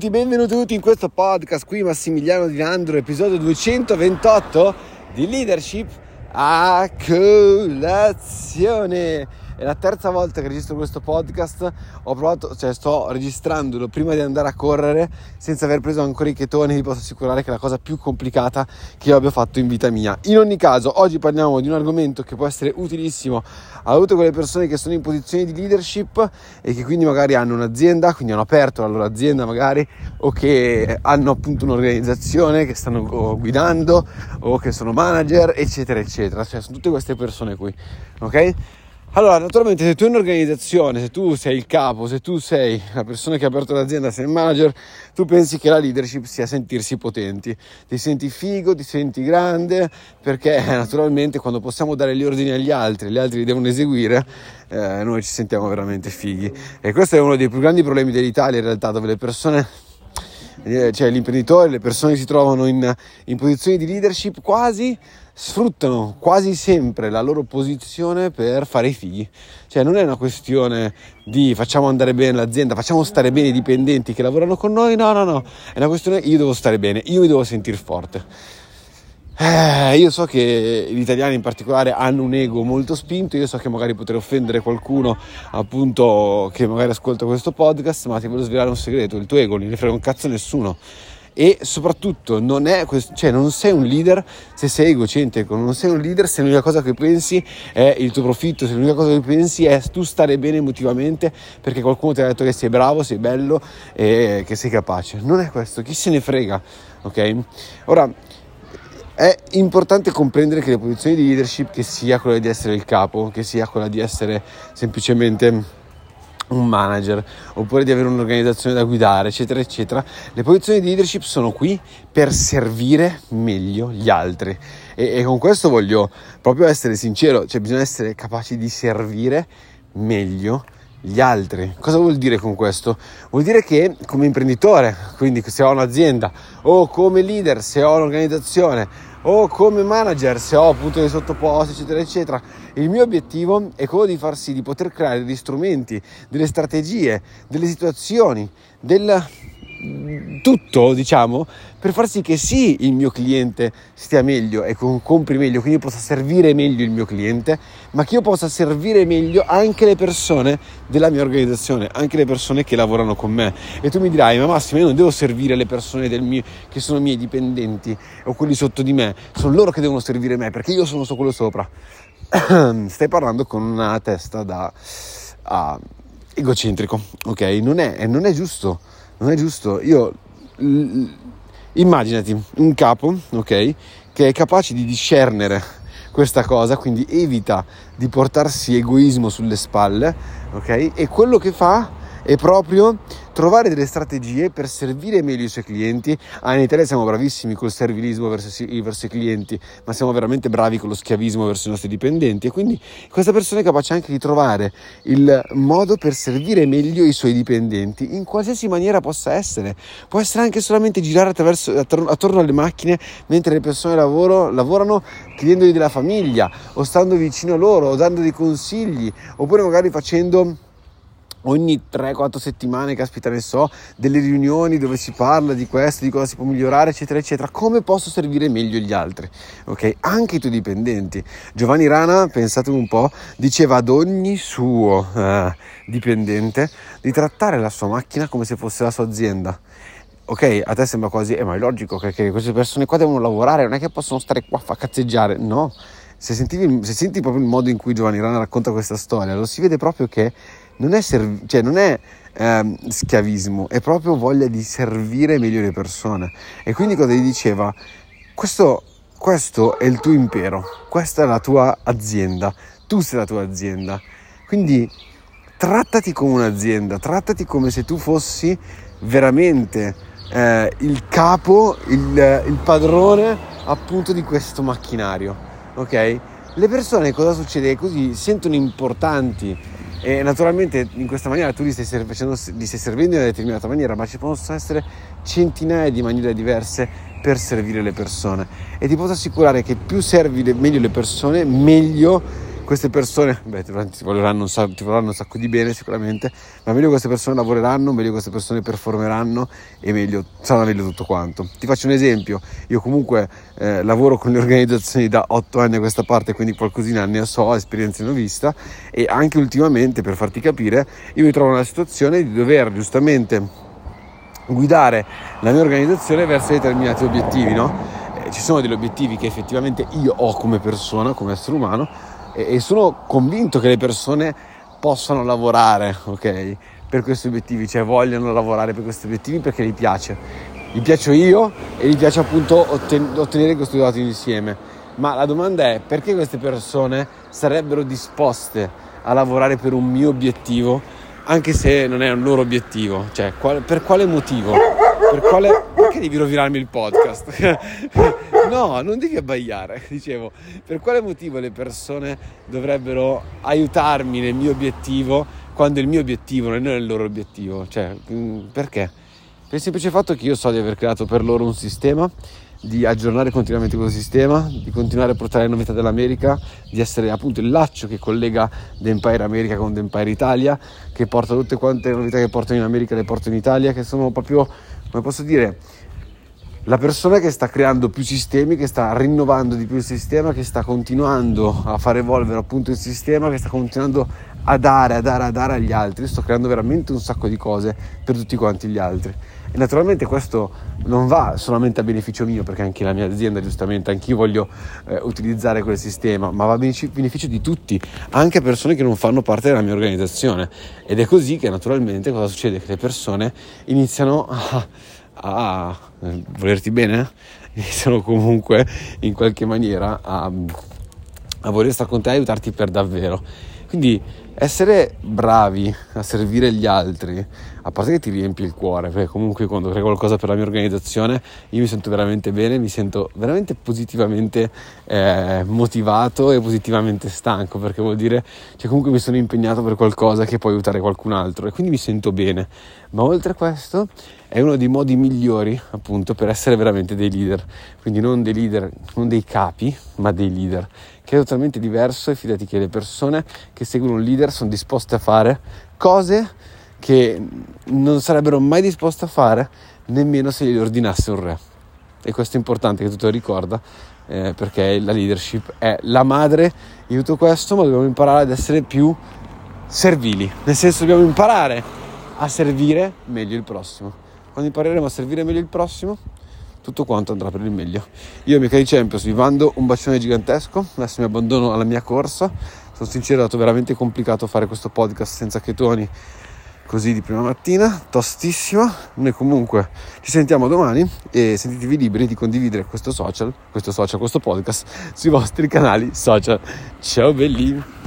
benvenuti in questo podcast. Qui Massimiliano Di Nandro, episodio 228 di Leadership a colazione. È la terza volta che registro questo podcast. Sto registrandolo prima di andare a correre senza aver preso ancora i chetoni. Vi posso assicurare che è la cosa più complicata che io abbia fatto in vita mia. In ogni caso, oggi parliamo di un argomento che può essere utilissimo a tutte quelle persone che sono in posizioni di leadership e che quindi magari hanno un'azienda, quindi hanno aperto la loro azienda magari, o che hanno appunto un'organizzazione che stanno guidando, o che sono manager, eccetera eccetera. Cioè sono tutte queste persone qui, ok? Allora, naturalmente, se tu hai un'organizzazione, se tu sei il capo, se tu sei la persona che ha aperto l'azienda, sei il manager, tu pensi che la leadership sia sentirsi potenti, ti senti figo, ti senti grande, perché naturalmente quando possiamo dare gli ordini agli altri, gli altri li devono eseguire, noi ci sentiamo veramente fighi. E questo è uno dei più grandi problemi dell'Italia in realtà, dove le persone, cioè gli imprenditori, le persone che si trovano in posizioni di leadership sfruttano quasi sempre la loro posizione per fare i fighi. Cioè non è una questione di facciamo andare bene l'azienda, facciamo stare bene i dipendenti che lavorano con noi, no, è una questione io devo stare bene, io mi devo sentire forte. Io so che gli italiani in particolare hanno un ego molto spinto, io so che magari potrei offendere qualcuno appunto che magari ascolta questo podcast, ma ti voglio svelare un segreto: il tuo ego non ne frega un cazzo a nessuno. E soprattutto non sei un leader se sei egocentrico, non sei un leader se l'unica cosa che pensi è il tuo profitto, se l'unica cosa che pensi è tu stare bene emotivamente perché qualcuno ti ha detto che sei bravo, sei bello e che sei capace. Non è questo, chi se ne frega, ok? Ora, è importante comprendere che le posizioni di leadership, che sia quella di essere il capo, che sia quella di essere semplicemente un manager, oppure di avere un'organizzazione da guidare, eccetera eccetera, le posizioni di leadership sono qui per servire meglio gli altri e con questo voglio proprio essere sincero, cioè bisogna essere capaci di servire meglio gli altri. Cosa vuol dire con questo? Vuol dire che come imprenditore, quindi se ho un'azienda, o come leader se ho un'organizzazione, o come manager se ho appunto dei sottoposti, eccetera eccetera, il mio obiettivo è quello di far sì di poter creare degli strumenti, delle strategie, delle situazioni, del tutto, diciamo, per far sì che sì, il mio cliente stia meglio e compri meglio, quindi possa servire meglio il mio cliente, ma che io possa servire meglio anche le persone della mia organizzazione, anche le persone che lavorano con me. E tu mi dirai: ma Massimo, io non devo servire le persone che sono miei dipendenti o quelli sotto di me, sono loro che devono servire me perché io sono quello sopra. Stai parlando con una testa da egocentrico, ok? Non è giusto. Non è giusto. Immaginati un capo, ok, che è capace di discernere questa cosa, quindi evita di portarsi egoismo sulle spalle, ok? E quello che fa è proprio trovare delle strategie per servire meglio i suoi clienti. In Italia siamo bravissimi col servilismo verso i clienti, ma siamo veramente bravi con lo schiavismo verso i nostri dipendenti, e quindi questa persona è capace anche di trovare il modo per servire meglio i suoi dipendenti in qualsiasi maniera possa essere. Può essere anche solamente girare attorno alle macchine mentre le persone lavorano, chiedendogli della famiglia, o stando vicino a loro, o dando dei consigli, oppure magari facendo ogni 3-4 settimane, caspita ne so, delle riunioni dove si parla di questo, di cosa si può migliorare, eccetera eccetera. Come posso servire meglio gli altri, ok? Anche i tuoi dipendenti. Giovanni Rana, pensate un po', diceva ad ogni suo dipendente di trattare la sua macchina come se fosse la sua azienda. Ok, a te sembra quasi, ma è logico che queste persone qua devono lavorare, non è che possono stare qua a cazzeggiare. No, se senti proprio il modo in cui Giovanni Rana racconta questa storia, lo si vede proprio che non è schiavismo, è proprio voglia di servire meglio le persone. E quindi cosa gli diceva? Questo è il tuo impero, questa è la tua azienda, tu sei la tua azienda, quindi trattati come un'azienda, trattati come se tu fossi veramente il capo, il padrone appunto di questo macchinario, ok? Le persone, cosa succede? Così sentono importanti. E naturalmente in questa maniera tu li stai servendo in una determinata maniera, ma ci possono essere centinaia di maniere diverse per servire le persone, e ti posso assicurare che più servi meglio le persone, meglio queste persone ti vorranno un sacco di bene sicuramente, ma meglio queste persone lavoreranno, meglio queste persone performeranno e meglio sarà meglio tutto quanto. Ti faccio un esempio: io comunque lavoro con le organizzazioni da 8 anni a questa parte, quindi qualcosina ne so, esperienza ne ho vista, e anche ultimamente, per farti capire, io mi trovo nella situazione di dover giustamente guidare la mia organizzazione verso determinati obiettivi, no? Ci sono degli obiettivi che effettivamente io ho come persona, come essere umano, e sono convinto che le persone possano lavorare, ok, per questi obiettivi, cioè vogliono lavorare per questi obiettivi perché gli piaccio io e gli piace appunto ottenere questi dati insieme. Ma la domanda è: perché queste persone sarebbero disposte a lavorare per un mio obiettivo anche se non è un loro obiettivo? Cioè, per quale motivo? Perché devi rovinarmi il podcast? No, non devi abbaiare. Dicevo, per quale motivo le persone dovrebbero aiutarmi nel mio obiettivo quando il mio obiettivo non è il loro obiettivo? Cioè, perché? Per il semplice fatto che io so di aver creato per loro un sistema, di aggiornare continuamente questo sistema, di continuare a portare le novità dell'America, di essere appunto il laccio che collega The Empire America con The Empire Italia, che porta tutte quante le novità che portano in America le porto in Italia, che sono proprio, come posso dire, la persona che sta creando più sistemi, che sta rinnovando di più il sistema, che sta continuando a far evolvere appunto il sistema, che sta continuando a dare agli altri. Sto creando veramente un sacco di cose per tutti quanti gli altri, e naturalmente questo non va solamente a beneficio mio, perché anche la mia azienda, giustamente, anch'io voglio utilizzare quel sistema, ma va a beneficio di tutti, anche persone che non fanno parte della mia organizzazione. Ed è così che naturalmente cosa succede? Che le persone iniziano a volerti bene, iniziano comunque in qualche maniera a voler stare con te e aiutarti per davvero. Quindi essere bravi a servire gli altri, a parte che ti riempie il cuore, perché comunque quando creo qualcosa per la mia organizzazione io mi sento veramente bene, mi sento veramente positivamente motivato e positivamente stanco, perché vuol dire che comunque mi sono impegnato per qualcosa che può aiutare qualcun altro, e quindi mi sento bene. Ma oltre a questo è uno dei modi migliori appunto per essere veramente dei leader, quindi non dei leader, non dei capi, ma dei leader, che è totalmente diverso. E fidati che le persone che seguono un leader sono disposte a fare cose che non sarebbero mai disposte a fare nemmeno se gli ordinasse un re. E questo è importante che tu te lo ricorda, perché la leadership è la madre di tutto questo, ma dobbiamo imparare ad essere più servili, nel senso dobbiamo imparare a servire meglio il prossimo. Quando impareremo a servire meglio il prossimo, tutto quanto andrà per il meglio. Io, miei cari Champions, vi mando un bacione gigantesco. Adesso mi abbandono alla mia corsa. Sono sincero, è stato veramente complicato fare questo podcast senza chetoni così di prima mattina, tostissimo. Noi comunque ci sentiamo domani, e sentitevi liberi di condividere questo podcast sui vostri canali social. Ciao belli!